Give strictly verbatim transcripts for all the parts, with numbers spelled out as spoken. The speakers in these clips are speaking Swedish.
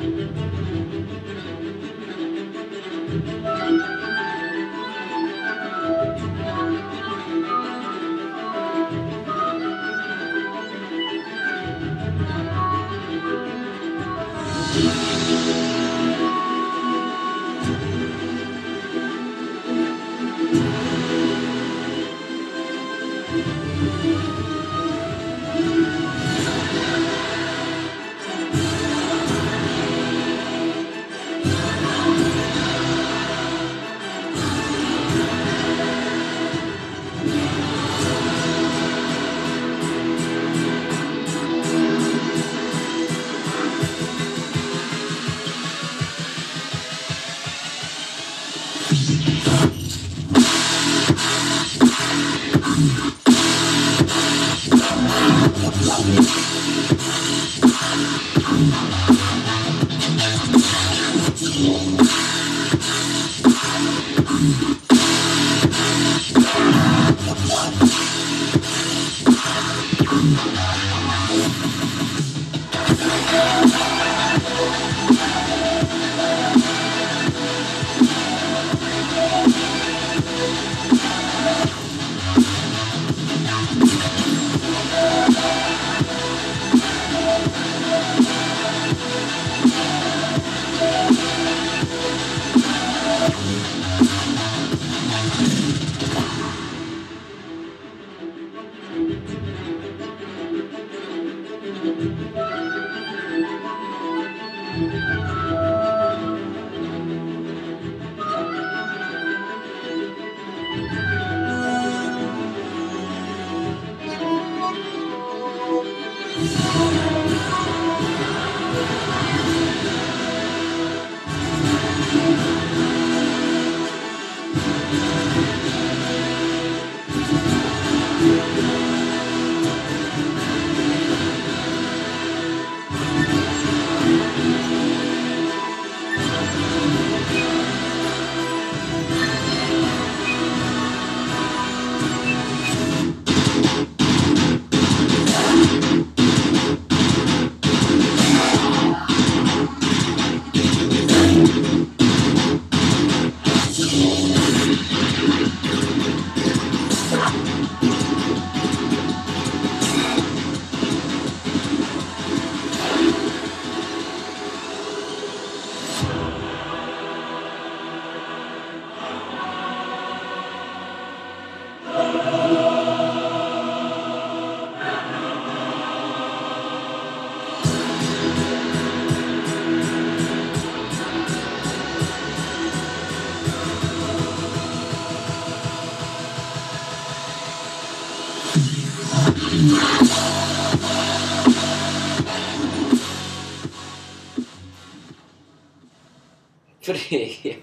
Fri.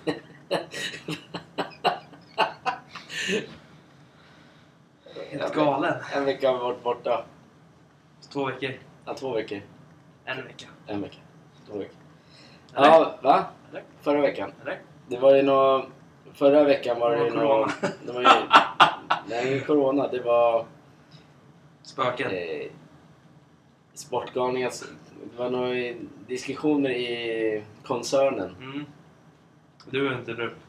Helt galen. En vecka har varit borta. Två veckor. Ja, två veckor. En vecka. En vecka. Två veckor. Eller? Ja, va? Eller? Förra veckan. Eller? Det var ju nå... Förra veckan var det ju nå... Corona. Det var ju... Nej, ingen corona. Det var... Spöken. Eh, sportgalningar. Det var några diskussioner i koncernen. Mm. Du är inte du.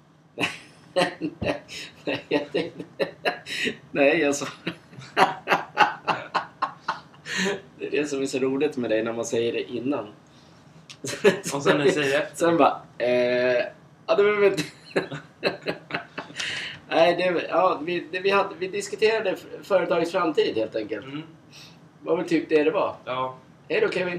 Nej, jag tänkte... Nej, jag sa... Det är det som är så roligt med dig när man säger det innan. Och sen när du säger det. Sen bara... Eh, ja, det var inte... Nej, det, ja, vi, det, vi, hade, vi diskuterade företagets framtid helt enkelt. Mm. Vad vi tyckte det var. Ja. Hej då, Kevin.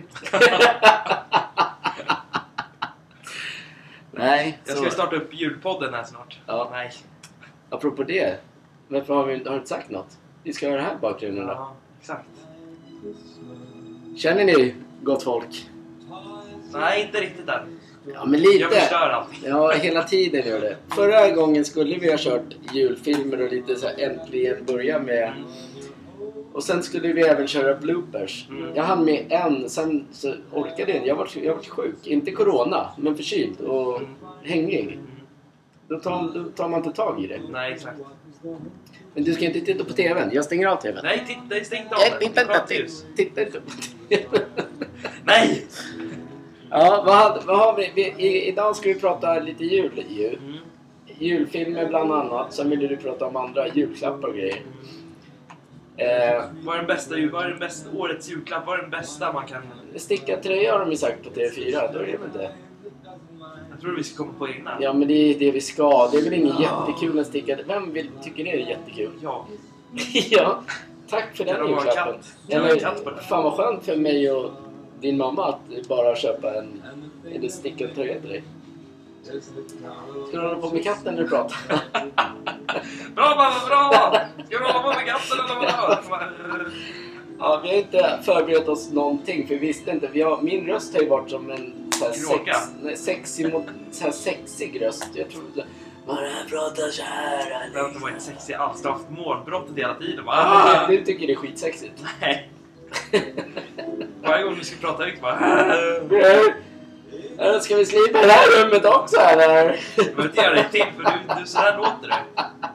Nej, Jag så... ska starta upp julpodden här snart. Ja. Nej. Apropå det. Varför har vi har du inte sagt något? Vi ska göra det här bakgrunden då. Ja, exakt. Känner ni, gott folk? Nej, inte riktigt än. Ja, men lite. Jag förstör allting. Ja, hela tiden gör det. Förra gången skulle vi ha kört julfilmer och lite så här äntligen börja med. Och sen skulle vi även köra bloopers. Mm. Jag hann med en, sen så orkade jag inte. Jag var, jag var sjuk. Inte corona, men förkyld och Mm. hängig. Då tar, då tar man inte tag i det. Nej, exakt. Men du ska inte titta på tvn. Jag stänger av tvn. Nej, titta, stäng inte av Nej, den. titta inte. Skönt ljus. Titta inte på tvn. Nej! Ja, vad, hade, vad har vi? vi i, idag ska vi prata lite jul ju. Mm. Julfilmer bland annat. Sen ville du prata om andra julklappar och grejer. Eh, Vad är den bästa, vad är den bästa årets julklapp? Vad är den bästa man kan... sticka tröja har de ju sagt på T V fyra. Då är det väl det. Jag tror vi ska komma på egna. Ja, men det är det vi ska. Det är väl inget jättekul att sticka. Vem vill, tycker det är jättekul? Ja. Ja, tack för Kan den de ha en julklappen. katt? Kan de ha en katt på Eller, det? fan vad skönt för mig och din mamma att bara köpa en, eller sticka en tröja till dig. Ska du hålla på med katten när du pratar? Bra, bra, bra! Ska du hålla på med katten eller vad? Ja, vi har inte förberett oss någonting för vi visste inte. Vi har, min röst har ju varit som en så här sex, nej, sexig, mot, så här sexig röst. Jag tror att bara pratar så här. Det har inte varit sexig alls. Du har haft målbrottet hela tiden. Va? Ah, du tycker det är skitsexigt. Nej. Varje gång du ska prata högt bara... Äh, ska vi slipa det här rummet också eller? Du behöver inte göra det till för du, du, så här låter det.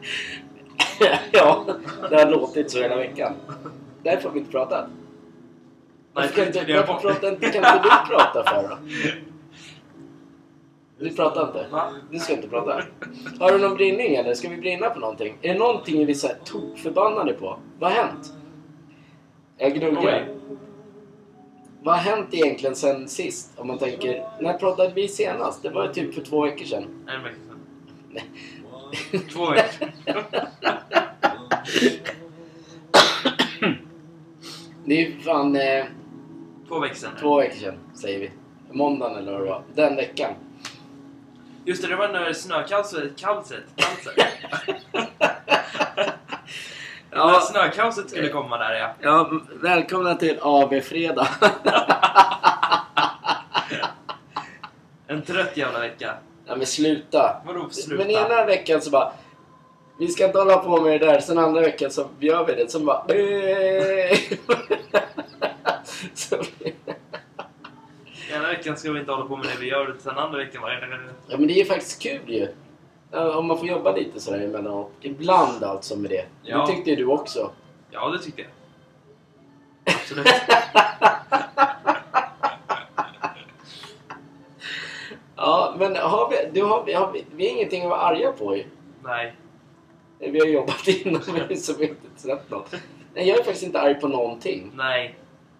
Ja, det har låtit så hela veckan. Därför har vi inte pratat. Nej, Varför det kan, inte, är varför pratar inte, kan inte du prata för då? Du pratar inte? Va? Du ska inte prata. Har du någon brinning eller? Ska vi brinna på någonting? Är det någonting vi är så här tokförbannade på? Vad har hänt? Jag gnuggar. Vad har hänt egentligen sen sist? Om man tänker, när pratade vi senast? Det var ju typ för två veckor sedan. En vecka sedan. Nej. Två veckor. Det är ju fan eh, Två veckor sedan. två veckor sedan, säger vi. Måndagen eller vad det var. Den veckan. Just det, det var när snökaoset, kaoset, kaoset. Ja, när snökaoset skulle komma där, ja. Ja, välkomna till A V-fredag. En trött jävla vecka. Ja, men sluta. Vadå sluta? Men ena veckan så bara, vi ska inte hålla på med det där. Sen andra veckan så gör vi det. Sen bara, så, ena veckan ska vi inte hålla på med det vi gör. Sen andra veckan bara... ja, men det är ju faktiskt kul ju. Ja, om man får jobba lite sådär emellanåt. Ibland alltså med det. Ja. Det tyckte ju du också. Ja, det tyckte jag. Absolut. Ja, men har vi, du har, vi, har vi, vi har ingenting att vara arga på ju. Nej. Vi har jobbat innan vi så vi har inte sett något. Nej, jag är faktiskt inte arg på någonting. Nej.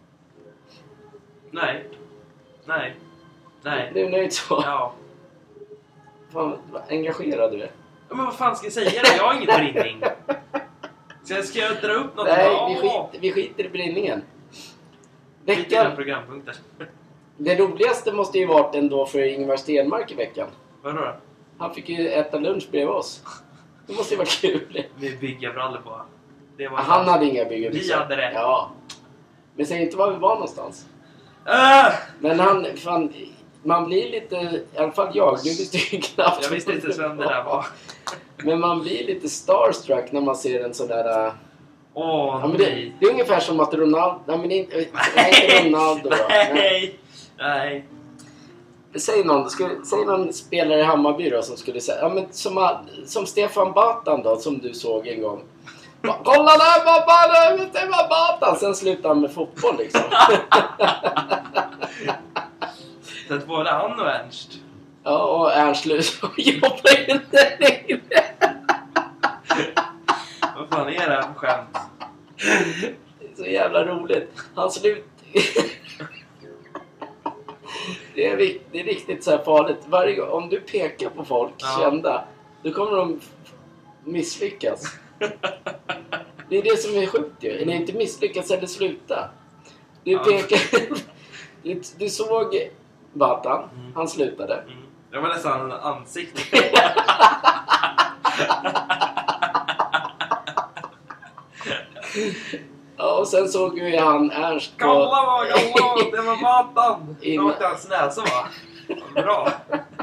Nej. Nej. Nej. Du är nöjd så. Ja. Fan, vad engagerad du är. Men vad fan ska jag säga då? Jag har ingen brinning. Så jag ska jag dra upp något? Nej, bara, vi, åh, skit, vi skiter i brinningen. skit i dina Veckan, programpunkter. det roligaste måste ju varit ändå för Ingvar Stenmark i veckan. Vadå då? Han fick ju äta lunch bredvid oss. Det måste ju vara kul. Med byggarbrallor på. Det var Han hade inga byggen. Vi hade det. Ja. Men säg inte var vi var någonstans. Äh! Men han, fan, man blir lite, i alla fall jag, du visste ju knappt. Jag visste inte ens vem det där var. Men man blir lite starstruck när man ser en sån där... Uh, Åh, ja, men det, nej. det är ungefär som att Ronaldo... Nej, men det är inte, nej, inte Ronaldo då. Nej. Nej. Säg någon, skulle, säg någon spelare i Hammarby då som skulle säga... Ja, men som, som Stefan Batan då, som du såg en gång. Bara, kolla där pappa, Stefan Batan! Sen slutar han med fotboll liksom. Så att både han och Ernst. Ja, och Ernst Lusson jobbar inte längre. Vad fan är det här för skämt? Det är så jävla roligt. Han slut... det, är, ri- det är riktigt så här farligt. Varje gång, om du pekar på folk Ja. kända, då kommer de f- misslyckas. Det är det som är sjukt ju. Eller inte misslyckas eller sluta. Du Ja. pekar... du, du såg Batan, Mm. han slutade. Mm. Jag var nästan en ansikte. Ja, och sen såg vi han Ernst på... Kolla vad, kolla, det var matan. Det Innan- var inte hans näsa va? Bra.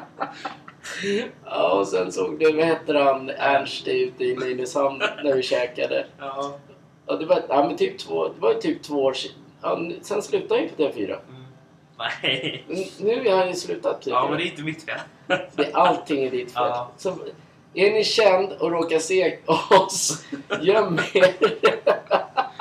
Ja, och sen såg du, vad heter han, Ernst ute i Nynäshamn när vi käkade. Ja. Ja, det var, ja, men typ två, det var ju typ två år sedan. Ja, nu- sen slutade han ju på T V fyra. Mm. Nej. N- Nu har han ju slutat på T V fyra. Ja, men det är inte mitt fel. Det är allting är ditt fel. Ja. Så, är ni känd och råkar se oss, göm er.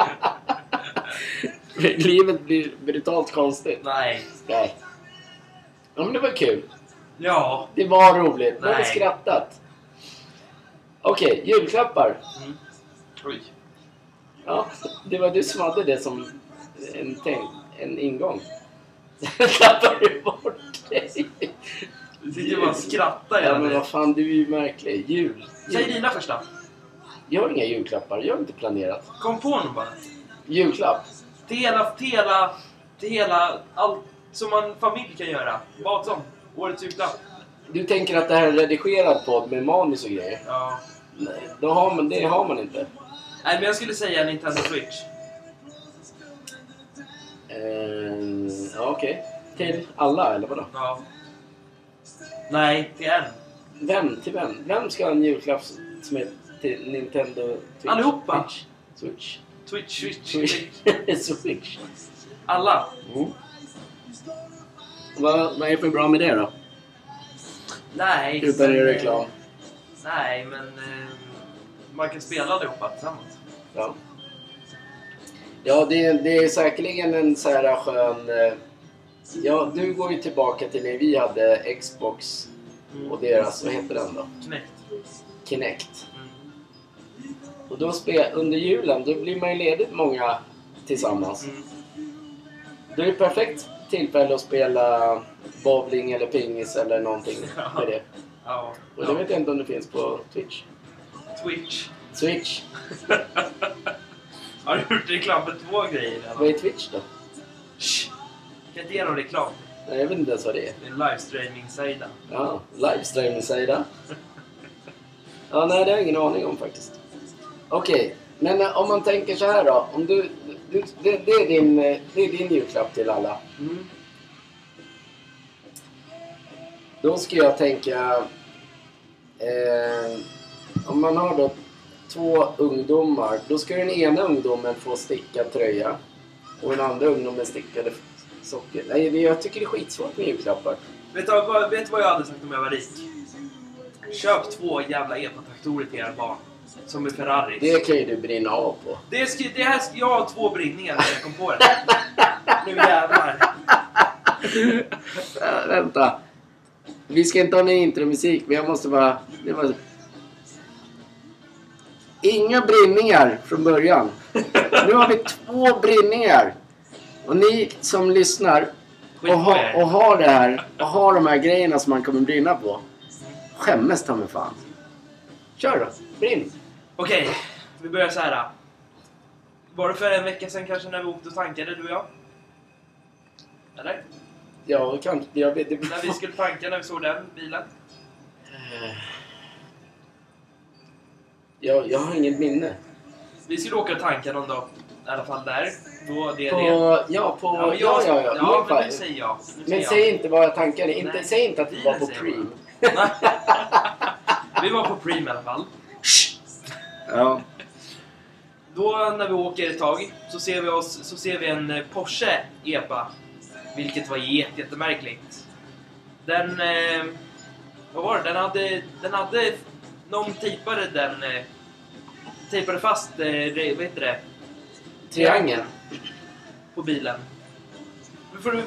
Livet blir brutalt konstigt. Nej. Nej. Ja, men det var kul. Ja. Det var roligt. Nu har vi Nej. skrattat. Okej, okay, julklappar. Mm. Oj. Ja, det var du som hade det som en, tänk, en ingång. Tappar du bort dig. Du sitter bara och skrattar. Ja, men vad fan, du är ju märklig. Jul. Säg dina första. Jag har inga julklappar, jag har inte planerat. Kom på någon bara. Julklapp? Till hela, till hela, till hela, allt som man familj kan göra. Vad som? Årets julklapp. Du tänker att det här är en redigerad podd med manus och grejer? Ja. Nej, då har man, det har man inte. Nej, men jag skulle säga Nintendo Switch. Uh, ja, okej. Okay. Till alla, eller vadå? Ja. Nej, till en. Vem? Till vem? Vem ska ha en julklapp som är till Nintendo Switch? Allihopa. Switch. Twitch, Switch, Switch. Switch. Alla. Mm. Vad, vad är för bra med det då? Nej. Utan det är reklam. Nej, men eh, man kan spela allihopa tillsammans. Ja. Ja, det, det är säkerligen en så här skön... Eh, ja, du går ju tillbaka till när vi hade Xbox och deras, vad heter den då? Kinect. Kinect. Mm. Och då spel, under julen, då blir man ju ledigt många tillsammans. Mm. Då är det perfekt tillfälle att spela bowling eller pingis eller någonting med det. Ja. Och det vet jag inte om det finns på Twitch. Twitch. Switch. Har du gjort reklam för två grejer? Eller? Vad är Twitch då? Shh. Kan inte ge någon reklam. Nej, jag vet inte ens vad det är. Det är en livestreaming-sida. Ja, livestreaming-sida. Ja, nej, det har jag ingen aning om faktiskt. Okej, okay. Men eh, om man tänker så här då. Om du, du, det, det, är din, det är din julklapp till alla. Mm. Då ska jag tänka... Eh, om man har då två ungdomar, då ska den ena ungdomen få stickad tröja och den andra ungdomen stickade socker. Nej, jag tycker det är skitsvårt med julklappar. Vet du vad, vet du vad jag hade sagt om jag var rik? Köp två jävla epatraktorer till era barn. Som är Ferrari. Det kan ju du brinna av på. Det, ska, det här, jag har två brinningar när jag kom på det. Nu jävlar. Äh, vänta. Vi ska inte ha någon intromusik, men jag måste bara... Det var... Inga brinningar från början. Nu har vi två brinningar. Och ni som lyssnar och, ha, och har det här och har de här grejerna som man kommer brinna på. Skämmes ta mig fan. Kör då, brinn. Okej, okay, vi börjar så här. Var det för en vecka sedan kanske när vi åkte och tankade, du och jag? Eller? Ja, kanske. Jag vet inte. När vi skulle tanka, när vi såg den bilen? Jag, jag har inget minne. Vi skulle åka och tanka någon dag. I alla fall där. Då, det är på, det. Ja, på... Ja, ja, ja, ja. ja men men nu säger jag. Nu men säger säg jag. inte vad jag tankade. Inte, säg inte att vi var på Preem. Vi var på Preem i alla fall. Ja. Då när vi åker ett tag så ser vi, oss, så ser vi en Porsche Epa. Vilket var jätte, jättemärkligt. Den... Eh, vad var det? Den hade... Den hade... Någon tejpade den... Eh, tejpade fast... Eh, vad heter det? Triangeln. På bilen. Nu får du...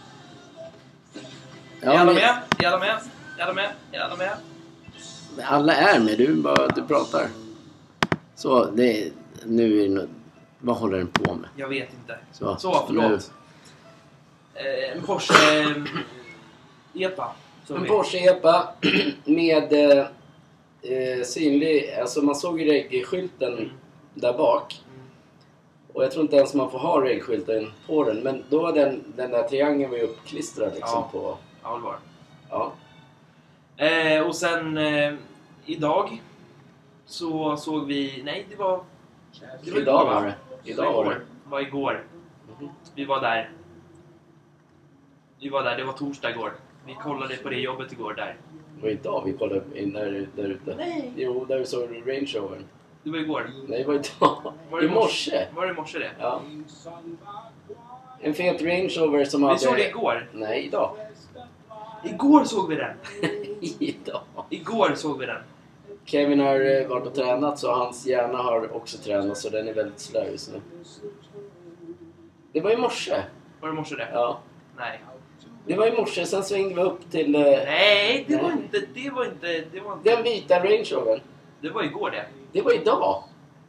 Ja, är alla men- med? Är alla med? Är alla med? Är alla med? Alla är med, du bara du pratar. Så, det är, nu är det något, vad håller den på med? Jag vet inte. Så, Så, förlåt. Eh, en Porsche... Eh, Epa. Så En vi- Porsche Epa med eh, eh, synlig, alltså man såg ju reggae-skylten Mm. där bak. Mm. Och jag tror inte ens man får ha reggae-skylten på den, men då var den, den där triangeln var ju uppklistrad liksom Ja. på... Ja, det var det. Ja. Eh, och sen eh, idag så såg vi... Nej, det var... Det var Idag igår, var va? det. Idag var det. Det var igår. Mhm. Vi var där. Vi var där, det var torsdag igår. Vi kollade på det jobbet igår där. Det var idag vi kollade in där, där ute. Nej. Jo, där vi såg Range Rovern. Det var igår. Nej, det var idag. Var det I morse. Var det i morse det? Ja. En fet Range Rover som Vi hade... såg det igår. Nej, idag. Igår såg vi den. idag. Igår såg vi den. Kevin har eh, varit och tränat så hans hjärna har också tränat så den är väldigt slö just nu. Det var i morse. Var det i morse det? Ja. Nej. Det var i morse, sen svängde vi upp till... Eh, Nej, det nej. var inte... Det var inte... Det var inte... Den vita Range Rovern. Det var igår det. Det var idag.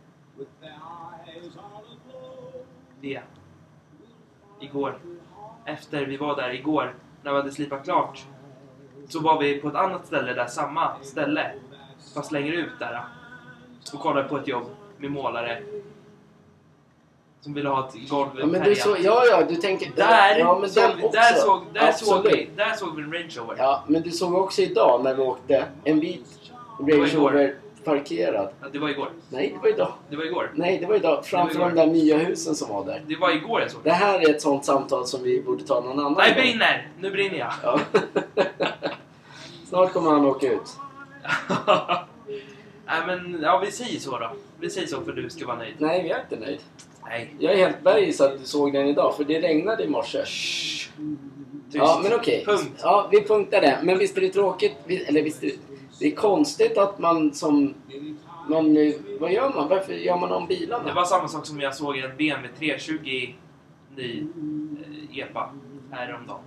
Det. Igår. Efter vi var där igår, när vi hade slipat klart, så var vi på ett annat ställe där, samma ställe, fast längre ut där, och kollade på ett jobb med målare som ville ha ett golv Ja, men du så, ja, ja, du tänker... Där, ja, men såg, den vi, också. där, såg, där, såg Absolut. vi, där såg vi en Range Rover. Ja, men du såg också idag när vi åkte en vit Range Rover parkerad. Ja, det var igår. Nej, det var idag. Det var igår. Nej, det var idag. Framför igår. de där nya husen som var där. Det var igår jag såg. Det här är ett sånt samtal som vi borde ta någon annan Nej, gång. brinner! Nu brinner jag. Ja. Snart kommer han åka ut. Nej, men ja, vi säger så då. Vi säger så för du ska vara nöjd. Nej, vi är inte nöjd. Nej. Jag är helt bergis att du såg den idag, för det regnade i morse. Shh. Ja, men okej. Punkt. Ja, vi punktar det. Men visst är det tråkigt, vi- eller visst är det, det är konstigt att man som... Man, eh, vad gör man? Varför gör man om bilarna? Det var samma sak som jag såg en B M W tre tjugo ny eh, E P A häromdagen.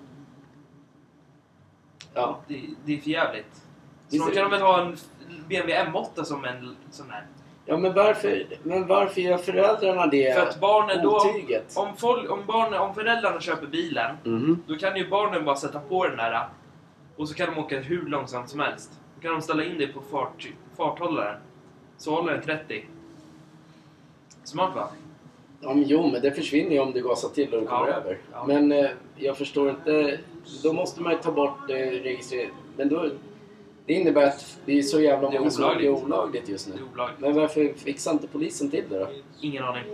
Ja. Det, det är för jävligt. Så Visst då är kan det- de väl ha en B M W M åtta som en sån här. Ja, men varför, men varför gör föräldrarna det För att barnen då... otyget? Om, folk, om, barnen, om föräldrarna köper bilen, Mhm. då kan ju barnen bara sätta på den där och så kan de åka hur långsamt som helst. Då kan de ställa in det på fart, farthållaren. Så håller den trettio. Smart va? Ja, men jo, men det försvinner ju om du gasar till och du kommer Ja. över. Ja. Men eh, jag förstår inte... Då måste man ju ta bort eh, registrering. Men då... Det innebär att det är så jävla Det är många som åker olagligt. olagligt just nu. Det är olagligt. Men varför fixar inte polisen till det då? Ingen aning.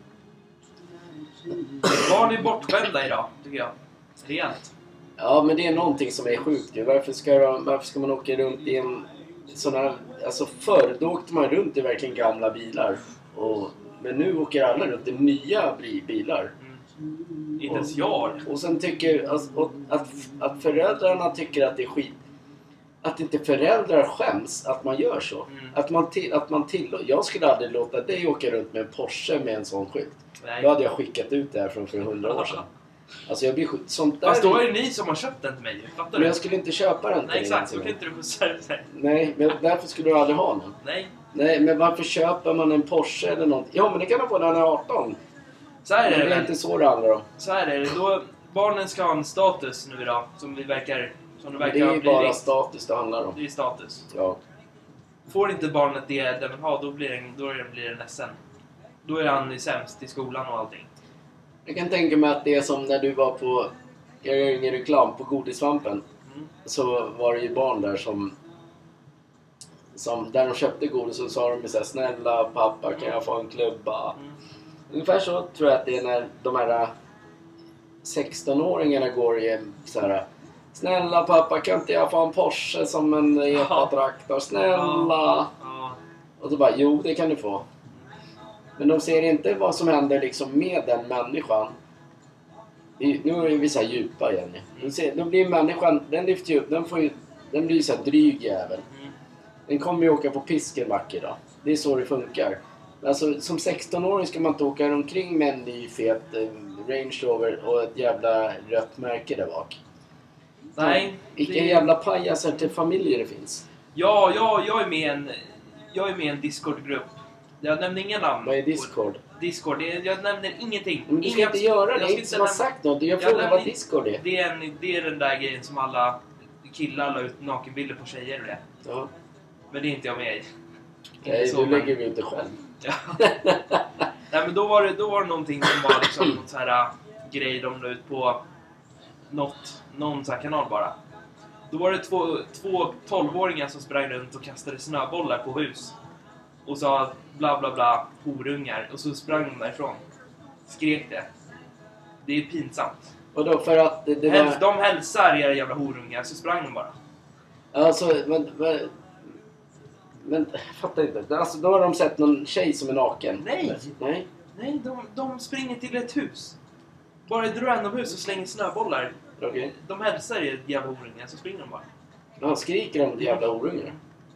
Barn är bortskämda idag, tycker jag. Rejält. Ja, men det är någonting som är sjukt ju. Varför ska, de, varför ska man åka runt i en sån här... Alltså förr, då åkte man runt i verkligen gamla bilar. Och, men nu åker alla runt i nya bi- bilar. Mm. Inte ens jag. Och sen tycker... Alltså, och att, att föräldrarna tycker att det är skit. Att inte föräldrar skäms att man gör så. Mm. Att man till, att man till, jag skulle aldrig låta dig åka runt med en Porsche med en sån skylt. Nej. Då hade jag skickat ut det här från för hundra år sedan. Alltså jag blir skit, sånt där. Fast då är det ni som har köpt den till mig. Fattar Men du? jag skulle inte köpa den till Nej, dig exakt. Så ens en kan gång. inte du skjutsa dig. Nej, men därför skulle du aldrig ha den. Nej. Nej, men varför köper man en Porsche eller något? Ja, men det kan man få när man är arton. Så här är Men det det är väl. inte så det handlar om. Så här är det. Då, barnen ska ha en status nu idag. Som vi verkar... Som det Men verkar det är ha ju blivit. bara status det handlar om. Det är status. Ja. Får inte barnet det den vill ha, då blir den, då är den, blir den ledsen. Då är han sämst i skolan och allting. Jag kan tänka mig att det är som när du var på, jag gör ingen reklam, på Godisvampen. Mm. Så var det ju barn där som, som där de köpte godis så sa de så här: snälla pappa, kan jag få en klubba? Mm. Ungefär så tror jag att det är när de här sexton-åringarna går i en så här: snälla pappa, kan inte jag få en Porsche som en E P A-traktor? Snälla! Ja. Och så bara, jo det kan du få. Men de ser inte vad som händer liksom med den människan. I- Nu är vi så här djupa igen. De ser, då blir människan, den lyfter ju upp, den, får ju, den blir ju så här dryg jävel. Mm. Den kommer ju åka på pisken vacker då. Det är så det funkar. Alltså som sexton-åring ska man inte åka omkring med en ny fet eh, Range Rover och ett jävla rött märke där bak. Nej. Vilka det- jävla pajasar till familjer det finns. Ja, ja, jag är med i en, jag är med i en Discord-grupp. Jag nämner inga namn. Vad är Discord? Discord, det är, jag nämner ingenting. Men du ska Inga- inte göra det, jag det är ska inte som har nämna- sagt något. Jag Jag frågar nämner vad inte- Discord är. Det är, en, det är den där grejen som alla killar la ut nakenbilder på tjejer och det. Ja. Men det är inte jag med i. Inte Nej, så, du men- lägger ut det själv. Ja. Nej, men då var det, då var det någonting som var liksom någon så här äh, grej de la ut på något, någon så här kanal bara. Då var det två, två tolvåringar som sprang runt och kastade snöbollar på hus. Och sa bla bla bla, horungar. Och så sprang de därifrån. Skrek det. Det är pinsamt. Och då för att det, det Häls, var... de hälsar era jävla horungar, så sprang de bara. Alltså, men... men men jag fattar inte. Alltså, då har de sett någon tjej som är naken. Nej. Nej. Nej, de, de springer till ett hus. Bara ett random hus och slänger snöbollar. Okej. De hälsar er jävla horungar, så springer de bara. Ja, skriker de till jävla horungar.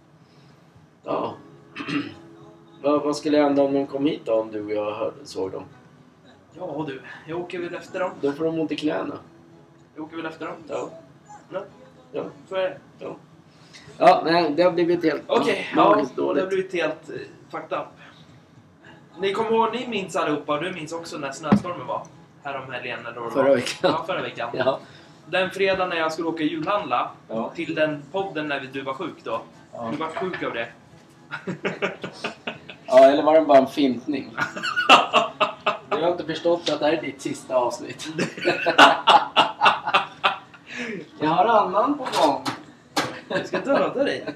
Ja. vad, vad skulle hända om de kom hit då, om du och jag hörde, såg dem? Ja du, jag åker väl efter dem. Då får de ont i knäna. Vi åker väl efter dem? Ja. Ja. Ja. Så är det. Ja. Ja, nej, det har blivit helt Okej, okay, ja, det har blivit helt uh, fucked up. Ni kommer ihåg, ni minns allihopa, och du minns också när snöstormen var. Här om helgen eller förra var. veckan. Ja, förra veckan. Ja. Den fredagen när jag skulle åka julhandla, ja. till den podden när du var sjuk då. Ja. Du var sjuk av det. Ja, eller var det bara en fintning? Du har inte förstått att det här är ditt sista avsnitt. Jag har annan på gång. Jag ska döda dig.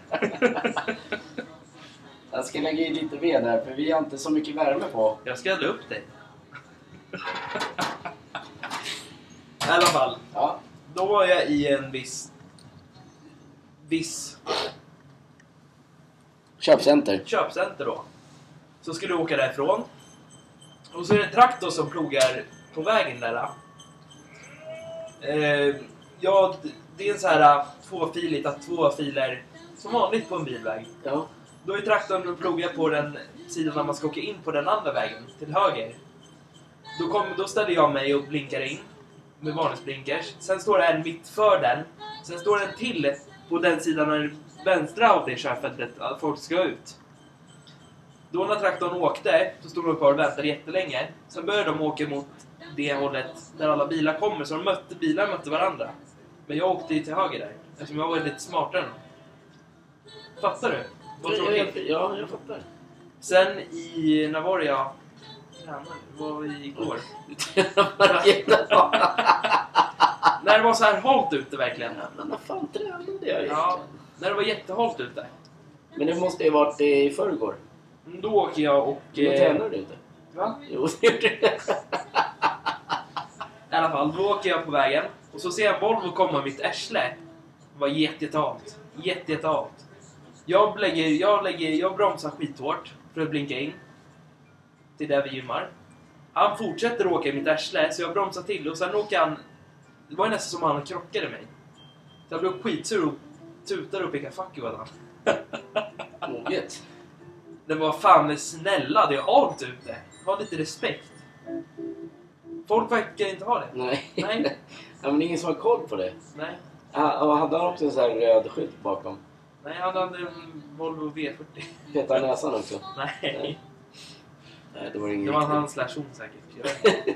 Jag ska lägga i lite ved här, för vi har inte så mycket värme på. Jag ska elda upp dig. I alla fall. Ja. Då var jag i en viss... Viss... Köpcenter. Köpcenter då. Så skulle du åka därifrån. Och så är det en traktor som plogar på vägen där. Eh, ja, det är en så här tvåfiligt, att två filer som vanligt på en bilväg. Ja. Då är traktorn och plogar på den sidan när man ska åka in på den andra vägen, till höger. Då, kom, då ställer jag mig och blinkar in med varningsblinkers. Sen står det en mitt för den. Sen står det en till på den sidan när vänstra av det körfältet att folk ska ut. Då när traktorn åkte så stod de kvar och väntade jättelänge. Sen började de åka mot det hållet där alla bilar kommer, så de mötte bilar mötte varandra. Men jag åkte ju till höger där, eftersom jag var lite smartare. Fattar du? Vad tror du? Ja, jag fattar. Sen i, när var det jag tränade? Det var igår. När det var så här halt ute verkligen. Ja, men vad fan tränade jag? Ja, när det var jättehalt ute. Men det måste ju varit i förrgår. Då åker jag och... Då tränar du inte. Va? Jo, det gjorde det. I alla fall, då åker jag på vägen. Och så ser jag Volvo komma mitt ärsle. Det var jättejättehalt. Jättejättehalt. Jag lägger, jag lägger, jag bromsar skithårt för att blinka in. Till där vi gymmar. Han fortsätter åka i mitt ärsle, så jag bromsar till. Och sen åker han... Det var nästan som han krockade mig. Så jag blev skitsur och tutade och pekade fuck you. Moget. Det var fan med snälla, det är halt ute. Ha lite respekt. Folk verkar inte ha det. Nej. Nej. Ja, men ingen som har koll på det. Nej. Ja, och hade han också en sån här röd skylt bakom? Nej, han hade en Volvo V fyrtio. Petade näsan också? Nej. Nej. Nej, det var ingen det var riktigt. han slash hon säkert.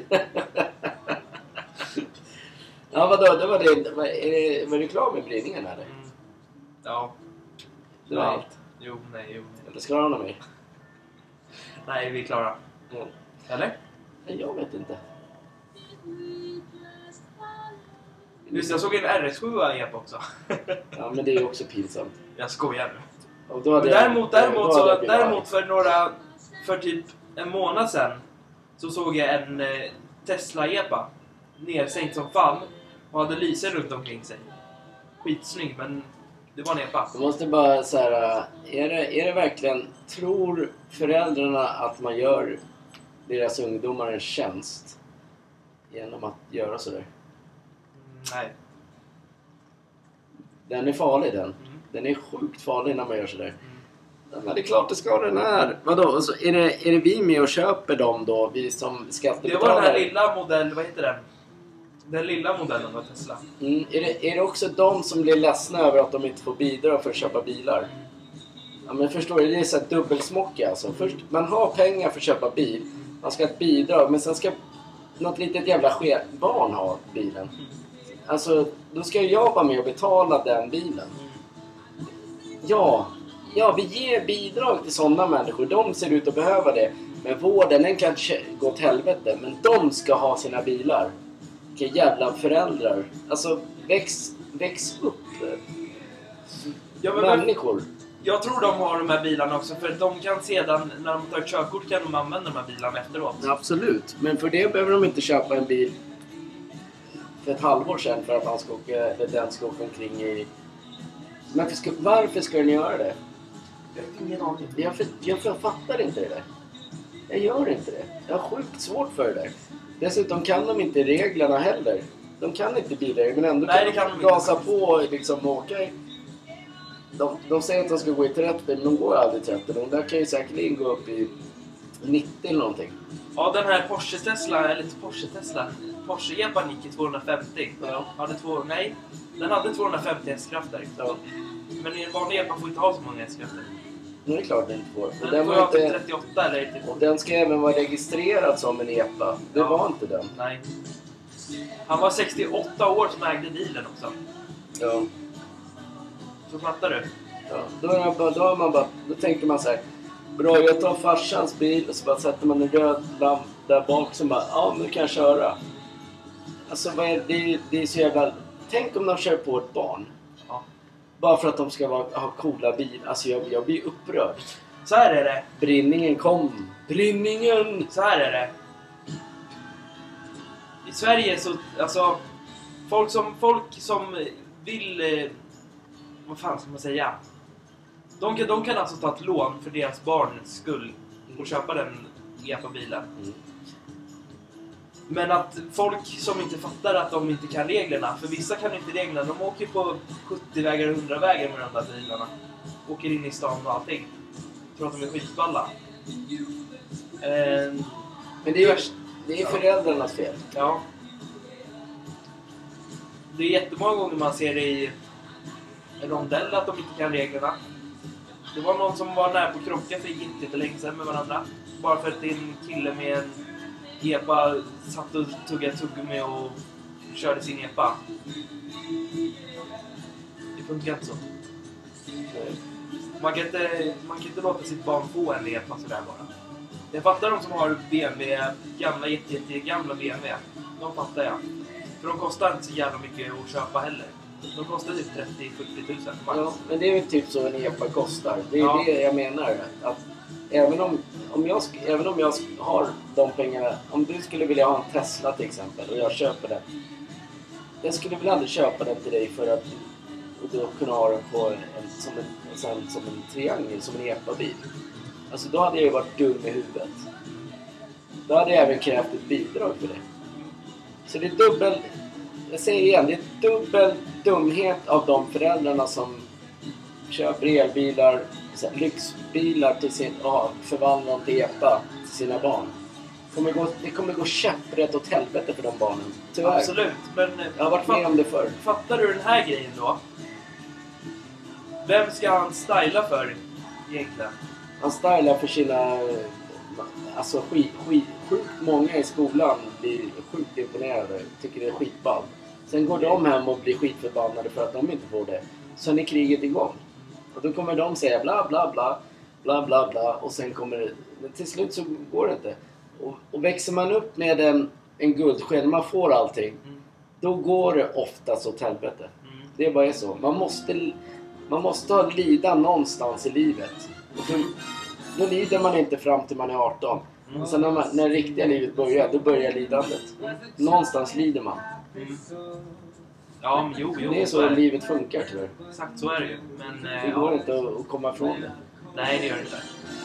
Ja, vadå? Det var det. Var, är det, var du klar med brinningen eller? Mm. Ja. Det var nej. allt. Jo, nej, jo. Eller ska du ha något mer? Nej, vi är klara. Ja. Eller? Nej, jag vet inte. Just jag såg en R S sju i Epa också. Ja, men det är också pinsamt. Jag skojar nu. Och då hade Däremot, jag, däremot, då så, hade jag däremot för några... För typ en månad sedan så såg jag en eh, Tesla Epa. Nersänkt som fan. Och hade lyser runt omkring sig. Skitsnygg, men det var en Epa. Jag måste bara så här, är det, är det verkligen, tror föräldrarna att man gör deras ungdomar en tjänst genom att göra så där? Mm, nej. Den är farlig den. Mm. Den är sjukt farlig när man gör så där. Mm. Men det är klart det ska den här. Vadå? Och så är, det, är det vi med och köper dem då? Vi som Det skattebetalare? var den här lilla modell, vad heter den? Den lilla modellen av Tesla. Mm, är, det, är det också de som blir ledsna över att de inte får bidrag för att köpa bilar? Ja, men förstår du, det är så här dubbelsmocka alltså. Först, man har pengar för att köpa bil. Man ska ha ett bidrag, men sen ska något litet jävla ske- barn ha bilen. Alltså, då ska jag vara med och betala den bilen. Ja, ja, vi ger bidrag till sådana människor. De ser ut att behöva det. Men vården, den kan gå åt helvete. Men de ska ha sina bilar. Vilka jävla föräldrar. Alltså, väx, väx upp. Ja, men människor. Jag tror de har de här bilarna också. För de kan sedan, när de tar ett körkort, kan de använda de här bilarna efteråt. Absolut. Men för det behöver de inte köpa en bil för ett halvår sedan för att han ska åka, eller den ska åka omkring i... Men för ska, varför ska den göra det? Jag har ingen aning. Jag, för, jag, jag fattar inte det där. Jag gör inte det. Jag har sjukt svårt för det där. Dessutom kan de inte reglerna heller. De kan inte bilar, men ändå Nej, kan det kan de de gasa på och liksom åka i... De, de säger att de ska gå i trettio, men de går aldrig trettio. De där kan ju säkerligen gå upp i nittio eller någonting. Ja, den här Porsche Tesla, eller Porsche Tesla. Porsche-epan gick i tvåhundrafemtio. Ja. Hade två, nej, den hade tvåhundrafemtio hästkrafter. Ja. Men en vanlig epa får inte ha så många hästkrafter. Det är klart den inte får. Och Den, den, får var ha typ inte, trettioåtta eller typ. och den ska även vara registrerad som en epa. Det Ja. var inte den. Nej. Han var sextioåtta år som ägde bilen också. Ja. Så fattar du? Ja. Då, är det bara, då, har man bara, då tänker man så här. Bra, jag tar farsans bil och så bara sätter man en röd lamp där bak som bara, ja, nu kan jag köra. Alltså, vad är, det, det är så jävla... Tänk om de kör på ett barn. Ja. Bara för att de ska vara, ha coola bilar. Alltså, jag, jag blir upprörd. Så här är det. Brinningen kom. Brinningen! Så här är det. I Sverige så, alltså, folk som, folk som vill, eh, vad fan ska man säga? De kan, de kan alltså ta ett lån för deras barns skull och köpa den epa-bilen. Mm. Men att folk som inte fattar att de inte kan reglerna, för vissa kan inte reglerna, de åker på sjuttio-vägar och hundra-vägar med de där bilarna. Åker in i stan och allting. Tror att de är skitballa. Eh, Men det är, det är föräldrarnas fel. Ja. Det är jättemånga gånger man ser det i en rondell att de inte kan reglerna. Det var någon som var nära på att krocka för inte lite länge sedan med varandra. Bara för att en kille med en epa satt och tuggade tuggummi och körde sin epa. Det funkar inte så. Man kan inte, man kan inte låta sitt barn få en epa sådär bara. Jag fattar de som har B M W, gamla, jätte, jätte, gamla B M W. De fattar jag. För de kostar inte så jävla mycket att köpa heller. De kostar typ trettio till fyrtio tusen max. Ja, men det är ju typ så en epa kostar. Det är Ja. det jag menar. Att även om, om jag, sk- även om jag sk- har de pengarna... Om du skulle vilja ha en Tesla till exempel och jag köper den. Jag skulle väl aldrig köpa den till dig för att och då kunna ha den på en, som, en, som, som en triangel, som en epa-bil. Alltså då hade jag ju varit dum i huvudet. Då hade jag även krävt ett bidrag för det. Så det är dubbel... Jag säger igen, det är dubbel dumhet av de föräldrarna som köper elbilar, så här, lyxbilar till sin... Ja, förvandlar dem till epa till sina barn. Det kommer gå, det kommer gå käpprätt åt helvete för de barnen. Tyvärr. Absolut, men... Jag har varit med om det förr. Fattar du den här grejen då? Vem ska han styla för egentligen? Han stylar för sina... Alltså skit, skit, sjukt många i skolan blir sjukt imponerade. Tycker det är skitball. Sen går de hem och blir skitförbannade för att de inte får det. Sen är kriget igång. Och då kommer de säga bla bla bla. Bla bla bla. Och sen kommer det... Men till slut så går det inte. Och, och växer man upp med en, en guldsked, man får allting. Mm. Då går det oftast åt helvete. Mm. Det bara är så. Man måste, man måste ha lida någonstans i livet. Och för, då lider man inte fram till man är arton. Mm. Sen när, man, när det riktiga livet börjar, då börjar lidandet. Någonstans lider man. Mm. Ja, men jo, jo. Det är så det. livet funkar tyvärr. Exakt så är det ju. Men, eh, Det går ja. inte att, att komma ifrån det. Nej, det gör det inte.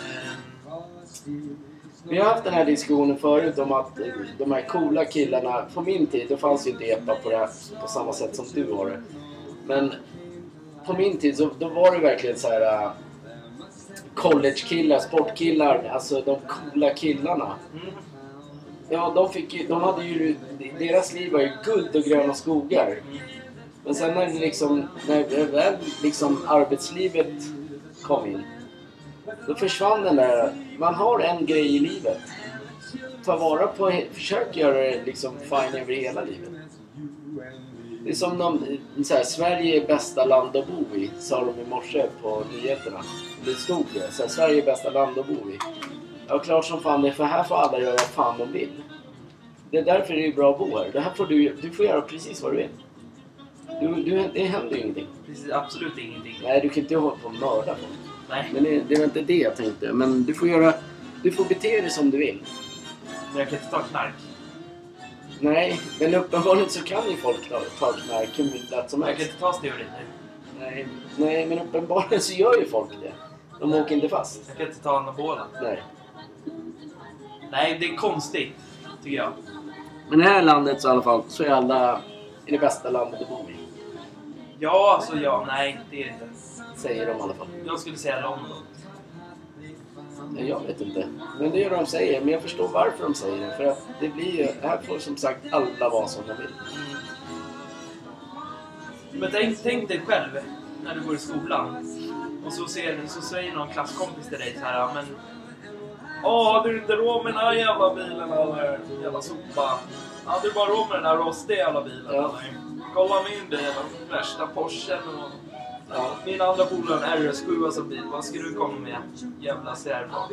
Ehm, Vi har haft den här diskussionen förut om att de här coola killarna, på min tid, då fanns ju inte epa på det här på samma sätt som du har det. Men på min tid så då var det verkligen så här uh, college-killar, sportkillar, alltså de coola killarna. mm. Ja, de fick ju, de hade ju, deras liv var ju guld och gröna skogar. Mm. Men sen när det liksom, när väl liksom arbetslivet kom in, då försvann den där, man har en grej i livet. Ta vara på, försök göra det liksom fine över hela livet. Det är som de, så här, Sverige är bästa land att bo i, sa de i morse på nyheterna. Det stod det, så här, Sverige är bästa land att bo i. Ja, klart som fan det, för här får alla göra vad fan de vill. Det är därför det är bra att bo här. Det här får du, du får göra precis vad du vill. Du, du, det händer ju ingenting. Precis, absolut ingenting. Nej, du kan inte hålla på och mörda folk. Nej, Men det, det var inte det jag tänkte. Men du får göra, du får bete dig som du vill. men jag kan inte ta knark. Nej, men uppenbarligen så kan ju folk ta, ta knark hur lätt som Jag kan helst. inte ta steroider. Nej, nej, men uppenbarligen så gör ju folk det. De åker inte fast. Jag kan inte ta anabola. Nej. Nej, det är konstigt, tycker jag. Men i det här landet så i alla fall så är alla i det bästa landet att bo i. Ja, alltså ja, nej, det är det inte. Säger de i alla fall. Jag skulle säga London. Jag vet inte. Men det är vad de säger. Men jag förstår varför de säger det. För att det blir ju... Här får som sagt alla vara som de vill. Men tänk, tänk dig själv när du går i skolan. Och så, ser, så säger någon klasskompis till dig så här, ja men... Åh, du är inte råd med den här jävla bilen eller jävla sopa. Ja, du är bara råd med den här rostiga jävla bilen. Ja. Eller? Kolla min bil, den värsta Porschen och... Ja. Min andra polare är en R S sju som bil. Vad ska du komma med? Jävla särbarn.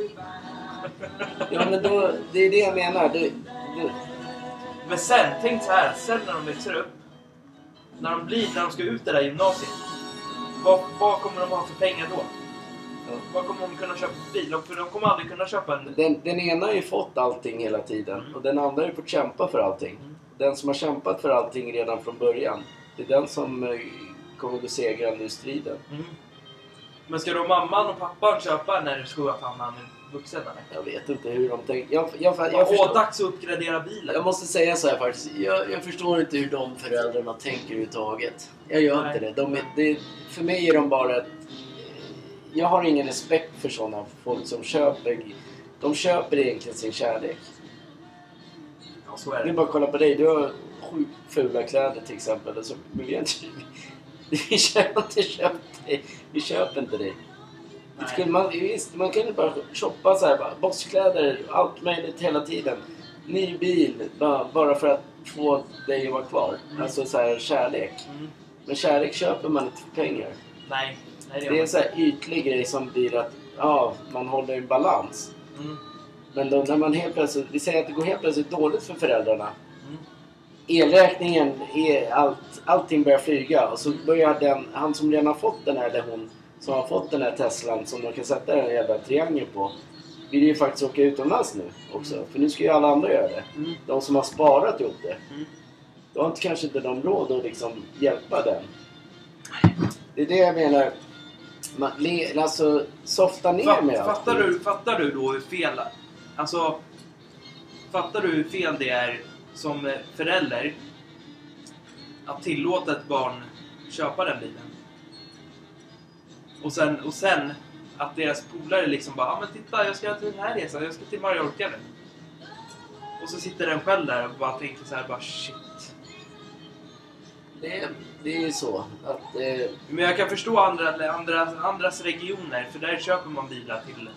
Ja, men då, det är det jag menar. Det, det... Men sen, tänk så här. Sen när de växer upp. När de blir, när de ska ut det där gymnasiet. Vad, vad kommer de ha för pengar då? Ja. Vad kommer de kunna köpa för bil? För de kommer aldrig kunna köpa en... Den, den ena har ju fått allting hela tiden. Mm. Och den andra har ju fått kämpa för allting. Mm. Den som har kämpat för allting redan från början. Det är den som... kommer gå segrande ur striden. Mm. Men ska då mamman och pappan köpa när du ska att han är vuxen eller? Jag vet inte hur de tänker. Jag, jag, jag, jag förstår... Åh, dags att uppgradera bilen. Jag måste säga så här faktiskt. Jag, jag förstår inte hur de föräldrarna tänker överhuvudtaget. Jag gör Nej. inte det. De är, det. För mig är de bara ett... Jag har ingen respekt för sådana folk som köper... De köper egentligen sin kärlek. Ja, så är det. Det är bara att kolla på dig. Du har sjukt fula kläder till exempel. Så vill jag inte... Vi köper inte köpt dig. Vi köper inte dig. Man, visst, man kan inte bara shoppa så här, bara, bosskläder, allt möjligt hela tiden. Ny bil, bara, bara för att få dig att vara kvar. Mm. Alltså så här, kärlek. Mm. Men kärlek köper man inte för pengar. Nej. Nej det, det är en så här ytlig grej som blir att ja, man håller en balans. Mm. Men då när man helt plötsligt, vi säger att det går helt plötsligt dåligt för föräldrarna. Elräkningen är allt, allting börjar flyga och så börjar den, han som redan har fått den här, eller hon som har fått den här Teslan som de kan sätta den jävla triangeln på, vill ju faktiskt åka utomlands nu också. Mm. För nu ska ju alla andra göra det. Mm. De som har sparat ihop det. Mm. Då har inte, kanske inte de råd att liksom hjälpa den. Det är det jag menar. Man, alltså softa ner Fatt, med allt. Fattar du, fattar du då hur fel, alltså fattar du hur fel det är som förälder att tillåta ett barn köpa den bilen. Och sen, och sen att deras polare liksom bara, ja ah, men titta, jag ska till den här resan, jag ska till Mallorca nu. Och så sitter den själv där och bara tänker så här, bara shit. Det är, det är så att... Eh... Men jag kan förstå andra, andra, andras regioner, för där köper man bilar till...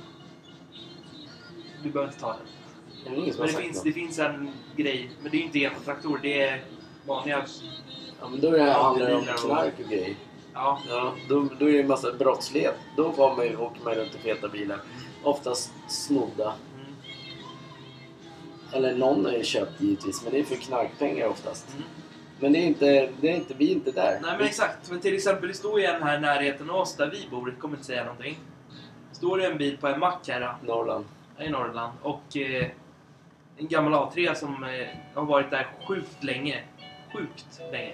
Du behöver inte ta den. Det men det finns, det finns en grej, men det är inte epatraktor, det är vanliga... Ja, men då är det här handlar om knark och grej. Ja. Ja, då, då är det en massa brottslighet. Då får man ju, åker man runt i feta bilar. Oftast snodda. Mm. Eller någon är köpt givetvis, men det är för knarkpengar oftast. Mm. Men det är inte, det är inte, vi är inte där. Nej men exakt, men till exempel det står ju en här i närheten av oss där vi bor, jag kommer inte säga någonting. Står det en bil på en mack här. Norrland. I Norrland. Och eh, en gammal A tre som eh, har varit där sjukt länge. Sjukt länge.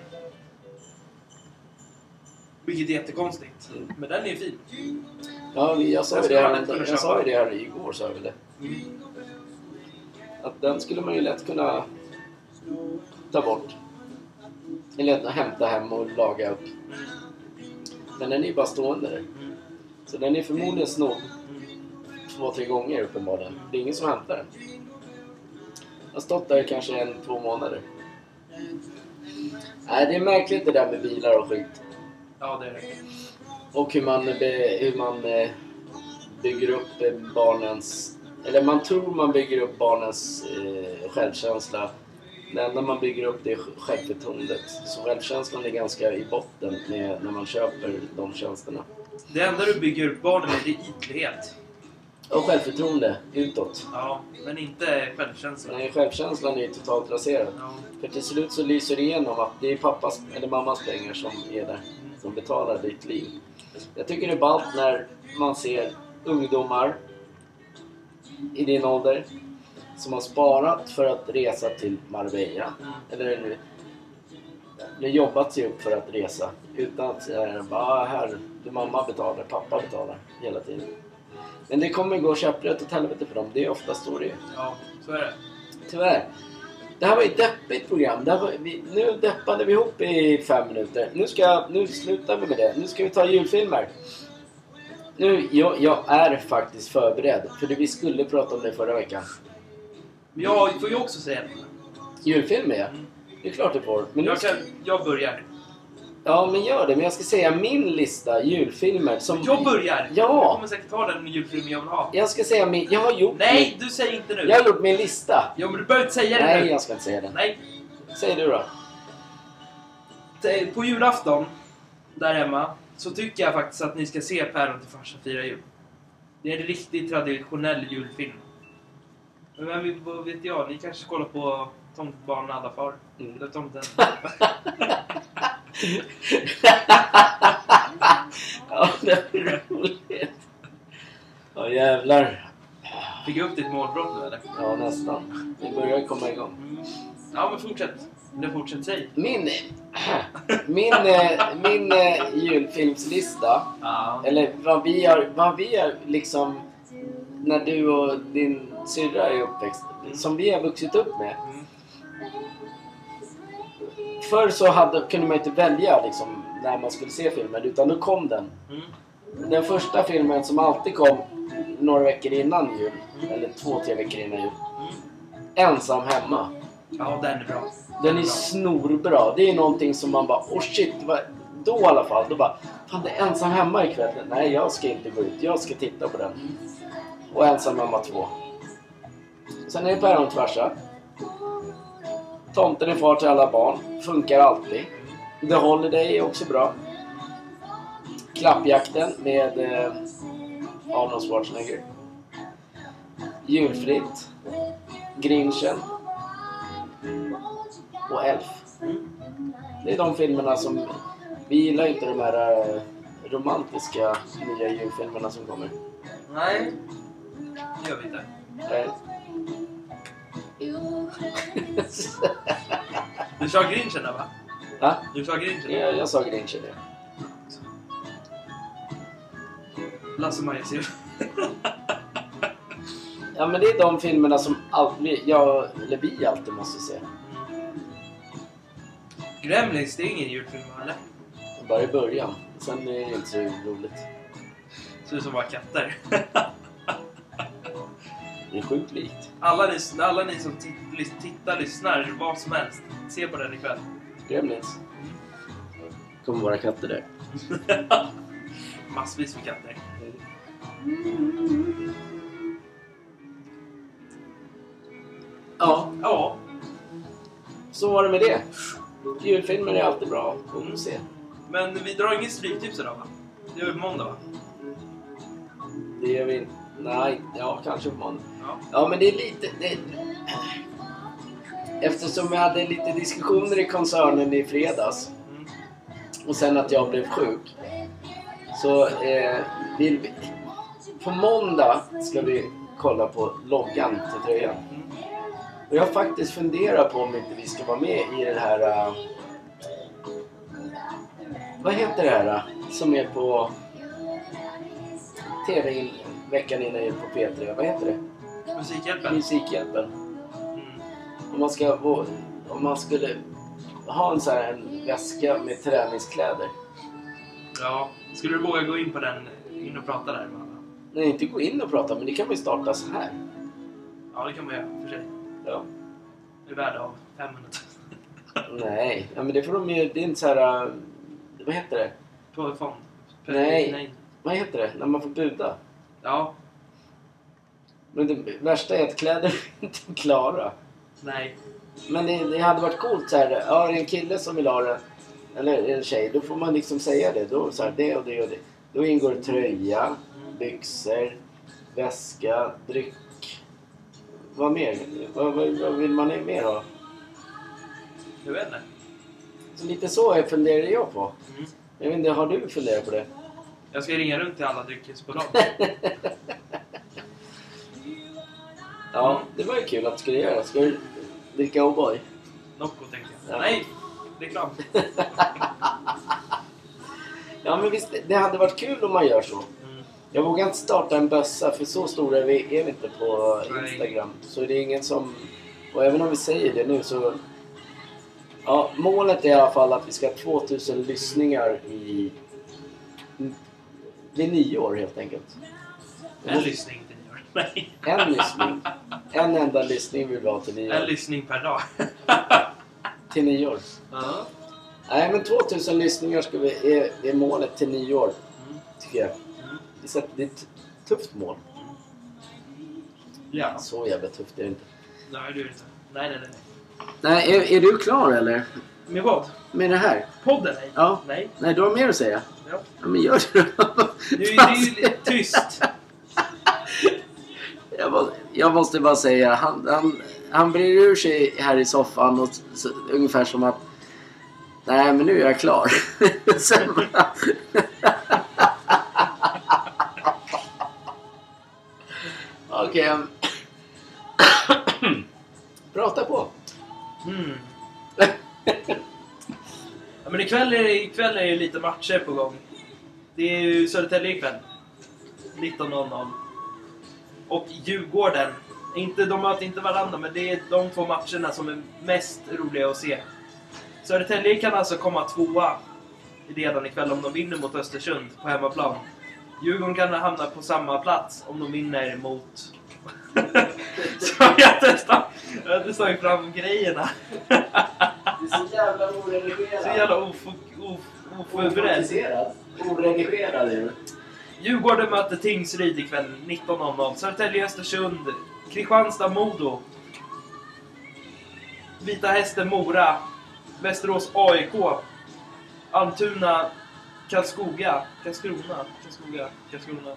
Vilket är jättekonstigt. Mm. Men den är fin. Ja, jag sa ju det här, jag, jag sa ju det här igår, sa vi det. Mm. Att den skulle man ju lätt kunna ta bort. Eller hämta hem och laga upp. Mm. Men den är ju bara stående där. Mm. Så den är förmodligen snodd. Två, tre gånger uppenbarligen. Det är ingen som hämtar den. Jag har stått där kanske en, två månader. Nej, det är märkligt det där med bilar och skit. Ja, det är det. Och hur man, hur man bygger upp barnens... Eller man tror man bygger upp barnens eh, självkänsla. Det enda man bygger upp det är självförtroendet. Så självkänslan är ganska i botten med, när man köper de tjänsterna. Det enda du bygger upp barnen med det är ytlighet. Och självförtroende utåt. Ja, men inte självkänslan. Nej, självkänslan är ju totalt raserad. Ja. För till slut så lyser det igenom att det är pappas eller mammas pengar som är där. Som betalar ditt liv. Jag tycker det är ballt när man ser ungdomar i din ålder som har sparat för att resa till Marbella. Mm. Eller nu jobbat sig upp för att resa. Utan att säga bara här, du mamma betalar, pappa betalar hela tiden. Men det kommer gå käpprätt åt helvete för dem. Det är ofta så det är. Ja, så är det. Tyvärr. Det här var ett deppigt program. Det här var, vi, nu deppade vi ihop i fem minuter. Nu, ska, nu slutar vi med det. Nu ska vi ta julfilmer. Nu, jag, jag är faktiskt förberedd. För det vi skulle prata om det förra veckan. Men jag får ju också säga det. Julfilmer, ja. Mm. Det är klart det får. Men Jag, ska... kan, jag börjar. Ja, men gör det. Men jag ska säga min lista julfilmer som... Jag börjar! Ja. Jag kommer säkert ta den julfilm jag vill ha. Jag ska säga min... Jag har gjort Nej, min... du säger inte nu. Jag har gjort min lista. Ja, men du behöver inte säga det Nej, nu. jag ska inte säga det. Nej. Säg du då. På julafton, där hemma, så tycker jag faktiskt att ni ska se Päron till farsa fira jul. Det är en riktigt traditionell julfilm. Men vem, vad vet jag, ni kanske kollar på Tomtbarn alla far. Mm. Eller Tomten. Ja, det är roligt. Ja, jävlar. Fick jag upp ditt målbrott nu, eller? Ja, nästan. Vi börjar komma igång. Mm. Ja, men fortsätt. Det fortsätt, säg. Min... Min, eh, min eh, julfilmslista... Ja. Eller vad vi har, vad vi har liksom... När du och din syrra är uppväxt. Som vi har vuxit upp med. Mm. Förr så hade, kunde man inte välja liksom, när man skulle se filmen. Utan då kom den. Mm. Den första filmen som alltid kom några veckor innan jul. Eller två, tre veckor innan jul. Mm. Ensam hemma. Ja, den är bra. Den är bra. snorbra. Det är någonting som man bara, oh shit, vad... då i alla fall. Då bara, fan det är ensam hemma ikväll. Nej, jag ska inte gå ut. Jag ska titta på den. Och ensam mamma två. Sen är det Päron till farsa. Tomten är far till alla barn. Funkar alltid. The Holiday är också bra. Klappjakten med eh, Arnold Schwarzenegger. Julfritt. Grinchen. Och Elf. Det är de filmerna som... Vi gillar inte de här eh, romantiska nya julfilmerna som kommer. Nej, det gör vi inte. Nej. Du sa Grinchen där, va? Va? Du sa Grinchen. Ja, jag sa Grinchen, ja. Lasse-Majas jul. Ja, men det är de filmerna som alltid, jag, eller vi alltid måste se. Gremlins, det är ingen julfilm, eller? Bara i början. Sen är det inte så roligt. Ser ut som bara katter. Det är sjukt likt. Alla ni, alla ni som t- tittar, lyssnar, vad som helst. Se på den ikväll. Gremlins. Kommer våra katter där. Massvis med katter. Ja, Ja. så var det med det. Julfilmer är alltid bra. Kom och se. Men vi drar ingen stryktips idag, va? Det är väl på måndag, va? Det gör vi inte. Nej, ja, kanske på måndag. Ja. Ja, men det är lite... Det... Eftersom vi hade lite diskussioner i koncernen i fredags. Mm. Och sen att jag blev sjuk. Så eh, vill vi... På måndag ska vi kolla på loggan till tröjan. Mm. Och jag har faktiskt funderat på om inte vi ska vara med i det här... Uh... Vad heter det här uh, som är på T V in, veckan innan jul på P tre? Vad heter det? Musikhjälpen. Musikhjälpen. Mm. Om man, ska, om man skulle ha en, så här, en väska med träningskläder. Ja. Skulle du våga gå in på den, in och prata där med alla? Nej, inte gå in och prata, men det kan man ju starta så här. Ja, det kan man göra, för sig. Ja. Det är värde av femhundra tusen. Nej, ja, men det får de ju, det är inte så här, uh, vad heter det? På fond? Nej. Nej. Vad heter det? När man får buda. Ja. Men det värsta är att kläder är inte klara. Nej. Men det, det hade varit coolt så här. Ja, det är en kille som vill ha det. Eller en tjej. Då får man liksom säga det. Då så här, det och det och det. Då ingår tröja, byxor, väska, dryck. Vad mer? Vad, vad, vad vill man mer ha? Jag vet inte. Så lite så funderar jag på. Mm. Jag vet inte, har du funderat på det? Jag ska ringa runt till alla dryckesbolag. Ja, det var ju kul att du skulle göra. Ska du dricka O'boy? Nocco, tänkte jag. Ja. Nej, reklam. Ja, men visst, det hade varit kul om man gör så. Mm. Jag vågar inte starta en bössa, för så stora är vi, är vi inte på Nej. Instagram. Så det är ingen som... Och även om vi säger det nu så... Ja, målet är i alla fall att vi ska ha tvåtusen lyssningar i vid nyår helt enkelt. En lyssning till nyår. Nej. En lyssning. En enda lyssning vill vi ha till nyår. En lyssning per dag. Till nyår. Ja. Nej, men tvåtusen lyssningar ska vi, är, är målet till nyår. Mm. Tycker jag. Mm. Det är ett, det är ett tufft mål. Ja. Så jävla tufft är det inte. Nej, det är det inte. Nej, nej, nej. Nej, är, är du klar eller? Med vad? Med det här? Podden? Nej. Ja. Nej. Nej, du har mer att säga? Ja. Ja, men gör det då. Det är ju, det är ju lite tyst. Jag måste, jag måste bara säga, han, han, han brer ur sig här i soffan och så, ungefär som att nej, men nu är jag klar. Sen bara... Okej. Okay. Prata på. Mm. Ja, men ikväll är, det, ikväll är det lite matcher på gång. Det är ju Södertälje ikväll. nitton noll noll. Och Djurgården. Inte, de möter inte varandra, men det är de två matcherna som är mest roliga att se. Södertälje kan alltså komma tvåa redan ikväll om de vinner mot Östersund på hemmaplan. Djurgården kan hamna på samma plats om de vinner mot... Så jag testar, jag testar ju fram grejerna. Det är så jävla oredigerad. Så jävla of, of, oförberedd. Oredigerad är du. Djurgården möter Tingsryd ikväll nitton noll noll. Södertälje Östersund. Kristianstad Modo. Vita Hästen Mora. Västerås A I K. Almtuna Karlskoga. Karlskrona. Karlskoga. Karlskrona.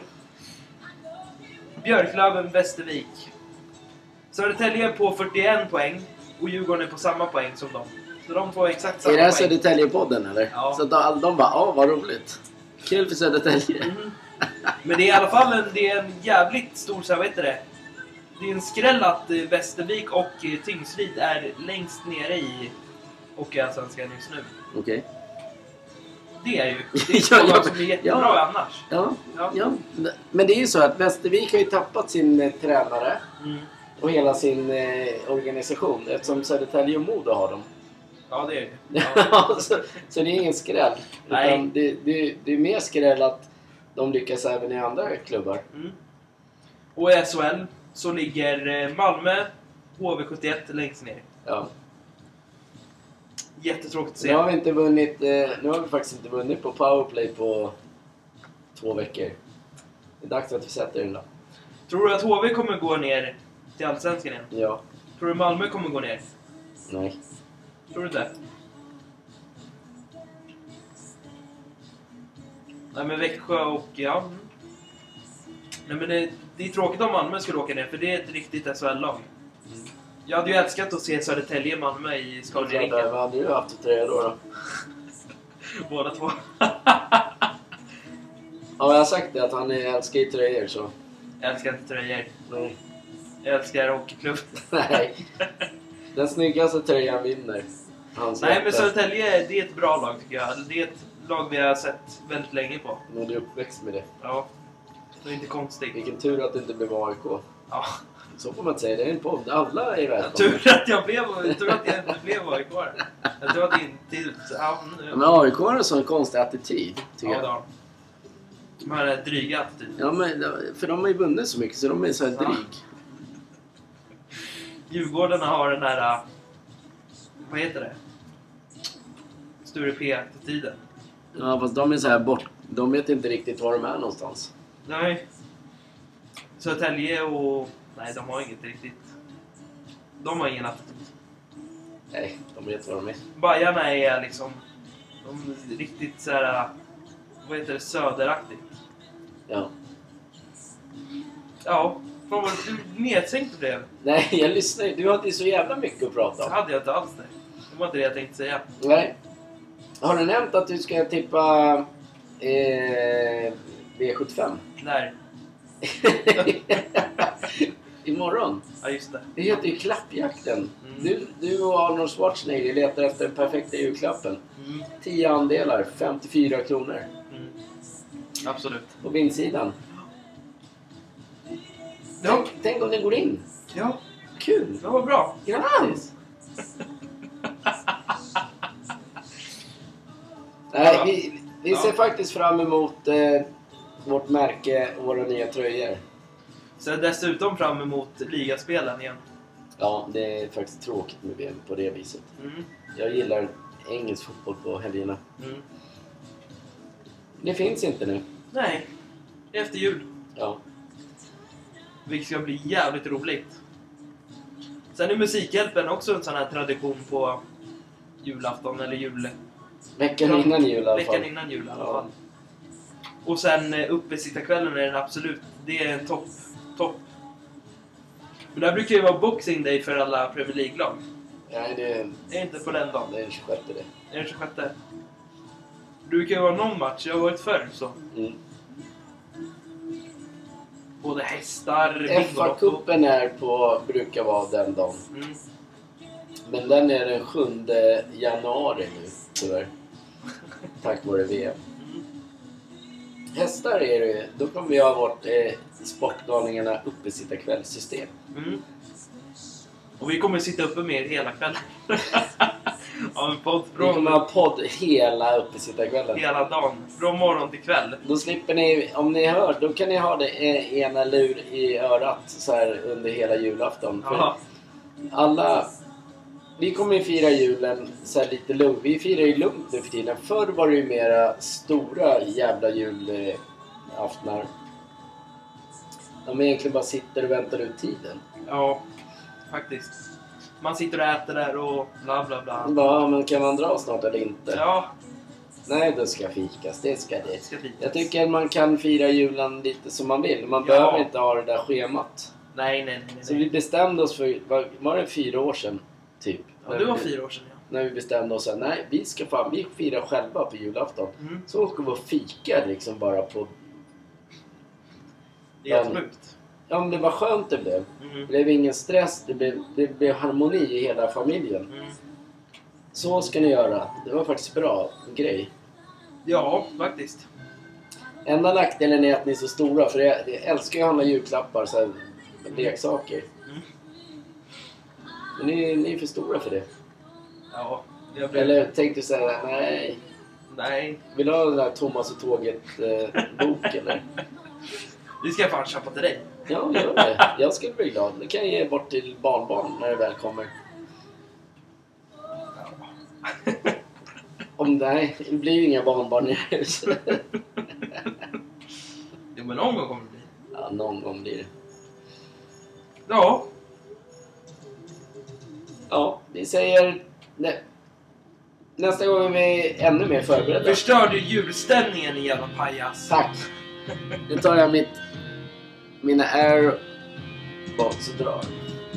Björklöven Västervik. Södertälje på fyrtioen poäng. Och Djurgården är på samma poäng som dem. Så de får exakt samma poäng. Är det här poäng. Södertälje-podden eller? Ja. Så de, de bara, ja vad roligt. Kul för Södertälje. Mm. Men det är i alla fall en, det är en jävligt stor, så här, vet du det? Det är en skräll att eh, Västervik och eh, Tingsryd är längst nere i Hockeyallsvenskan just nu. Okej. Okay. Det är ju det är Ja, ja, som är jättebra ja. annars. Ja, Ja. ja. Men det är ju så att Västervik har ju tappat sin eh, tränare Mm. och hela sin eh, organisation eftersom Södertälje och Modo har dem. Ja, det är det. Ja. Ja. så, så det är ingen skräll. Nej. Utan det, det, det är mer skräll att de lyckas även i andra klubbar. Mm. Och i S H L så ligger eh, Malmö H V sjuttioett längst ner. Ja. Jättetråkigt att se. Nu har vi inte vunnit, eh, nu har vi faktiskt inte vunnit på powerplay på två veckor. Det är dags att vi sätter den då. Tror du att H V kommer gå ner till Allsvenskan igen? Ja. Tror du Malmö kommer gå ner? Nej. Tror du det? Nej, men Växjö och ja. Mm. Nej, men det, det är tråkigt om Malmö skulle åka ner, för det är ett riktigt S H L-lag. Mm. Jag hade ju älskat att se Södertälje Malmö i Skånerinken. Vad hade du haft för tröja då? då? Båda två. Ja, jag har sagt det att han älskar i tröjor så. Jag älskar inte tröjor. Nej. Jag älskar hockeyklubb. Nej. Den snyggaste tröjan vinner. Hans Nej, men hjärta. Södertälje, det är ett bra lag tycker jag. Det är ett lag vi har sett väldigt länge på. Men du är uppväxt med det. Ja, det är inte konstigt. Vilken tur att det inte blev A I K. Ja. Så får man inte säga. Det är en podd. Alla är välkomna. Tur att jag blev, tur att jag inte blev A I K. Jag tror att det inte... Ja, Men A I K har en sån konstig attityd, tycker ja, jag. då. De har en dryga attityd. Ja, men för de har ju vunnit så mycket så de är så här Ja. dryg. Djurgårdarna har den där... Vad heter det? Sture P-tiden. Ja, fast de är så här bort. De vet inte riktigt var de är någonstans. Nej. Södertälje och... Nej, de har inget riktigt... De har ingen attityd. Nej, de vet var de är. Bajarna är liksom... De är riktigt så här... Vad heter det? Söderaktigt. Ja. Ja. Fan vad du nedsänkt det blev. Nej, jag lyssnar ju. Du har inte så jävla mycket att prata Så om. hade jag inte alls det. Det var inte det jag tänkte säga. Nej. Har du nämnt att du ska tippa eh, V sjuttiofem? När? Imorgon. Ja, just det. Det heter ju Klappjakten. Mm. Du, du och Arnold Schwarzenegger letar efter den perfekta julklappen. Mm. tio andelar, femtiofyra kronor. Mm. Absolut. På vindsidan. Ja. Tänk, tänk om den går in. Ja. Kul. Det var bra. Grattis. Nej, vi, Vi ser ja. faktiskt fram emot eh, vårt märke och våra nya tröjor. Så dessutom fram emot ligaspelen igen. Ja, det är faktiskt tråkigt med V M på det viset. Mm. Jag gillar engelsk fotboll på helgerna. Mm. Det finns inte nu. Nej, efter jul. Ja. Vilket ska bli jävligt roligt. Sen är Musikhjälpen också en sån här tradition på julafton eller jul. Veckan ja, innan jul i alla fall. Veckan innan jul i alla fall. Ja. Och sen uppe sitta kvällen är den absolut, det är en topp. Topp. Men där brukar ju vara Boxing Day för alla Premier League-lag. Nej, det är... Det är inte på den dagen. Det är den tjugosjätte det. Det är den tjugosjätte. Det brukar ju vara någon match, jag har varit förr så. Mm. Både hästar, F A-cupen är på, brukar vara den dagen. Mm. Men den är den sjunde januari nu, tyvärr. Tack vare V M. Mm. Hästar är det, då kommer vi ha vårt eh, Sportgalningarna uppe sitta kvällssystem. Mm. Och vi kommer sitta uppe med er hela kvällen. Ja, en podd från... Vi kommer ha podd hela uppe sitta kvällen. Hela dagen, från morgon till kväll. Då slipper ni, om ni hör, då kan ni ha det ena lur i örat så här under hela julafton. För alla, vi kommer ju fira julen så här lite lugnt. Vi firar ju lugnt nu för tiden. Förr var det ju mera stora jävla julaftnar. De egentligen bara sitter och väntar ut tiden. Ja, faktiskt. Man sitter och äter där och bla bla bla. Ja, men kan man dra snart eller inte? Ja. Nej, det ska fikas. Det ska det. Ska fikas. Jag tycker att man kan fira julen lite som man vill. Man ja. behöver inte ha det där schemat. Nej, nej, nej. nej. Så vi bestämde oss för, var, var det fyra år sedan typ? Ja, det var fyra år sedan, ja. När vi bestämde oss att nej, vi ska fan, vi firar själva på julafton. Mm. Så ska vi fika liksom bara på... Det är helt sjukt. Ja, men det var skönt det blev. Mm. Det blev ingen stress, det blev, det blev harmoni i hela familjen. Mm. Så ska ni göra. Det var faktiskt bra grej. Ja, faktiskt. Enda nackdelen är att ni är så stora, för jag, jag älskar ju att handla julklappar, så här, mm. leksaker. Mm. Men ni, ni är för stora för det. Ja, jag blev... Eller tänkte du säga, nej. Nej. Vill du ha den där Thomas och Tåget-bok eh, eller? Vi ska fan köpa till dig. Ja, gör det. Jag skulle bli glad. Det kan jag ge bort till barnbarn när det väl kommer. Om nej, det blir ju inga barnbarn i huset. Jo, men någon gång kommer det bli. Ja, någon gång blir det. Ja. Ja, vi säger... Nej. Nästa gång är vi ännu mer förberedda. Förstör du julstämningen i jävla pajas? Tack. Nu tar jag mitt... Mina airpods och drar.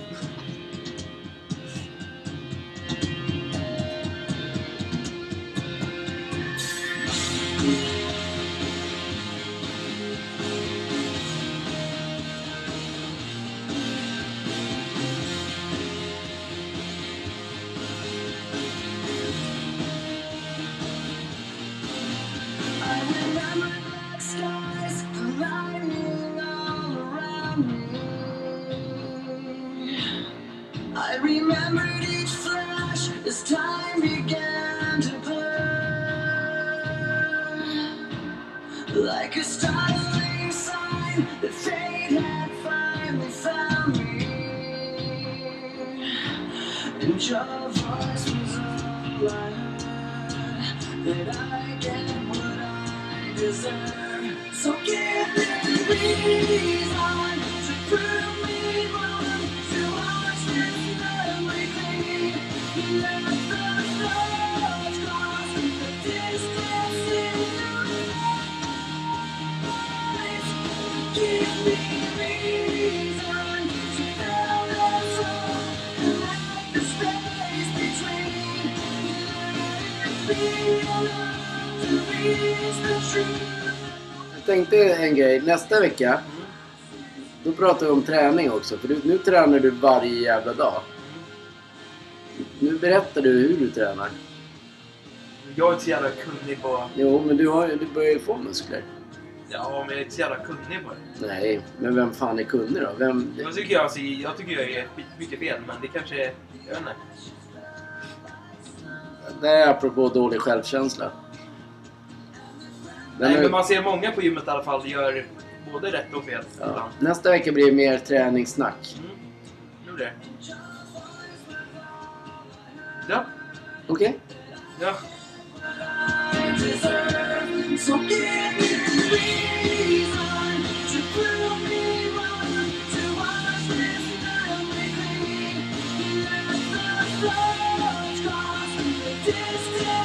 I remembered each flash as time began to blur, like a startling sign that fate had finally found me, and your voice was all I heard, that I get what I deserve. So give me reason to prove me wrong, to watch this memory fade. Let the thoughts cross the distance in your eyes. Give me reason to fill the soul and let the space between. Let it be enough to reach the truth. Jag tänkte en grej, nästa vecka då pratar vi om träning också, för du, nu tränar du varje jävla dag. Nu berättar du hur du tränar. Jag är inte så jävla kunnig på... Jo, men du, har, du börjar ju få muskler. Ja, men jag är inte så jävla kunnig på det. Nej, men vem fan är kunnig då? Vem... Jag tycker jag, alltså, jag tycker jag är mycket fel, men det kanske är... Jag vet inte. Det är apropå dålig självkänsla. Nej, nu, men man ser många på gymmet i alla fall gör både rätt och fel ja. ibland. Nästa vecka blir det mer träningssnack. Mm. Nu det. Ja. Okej? Ja. So give me reason to prove me wrong, to watch this night with me. Let the thoughts cross the distance.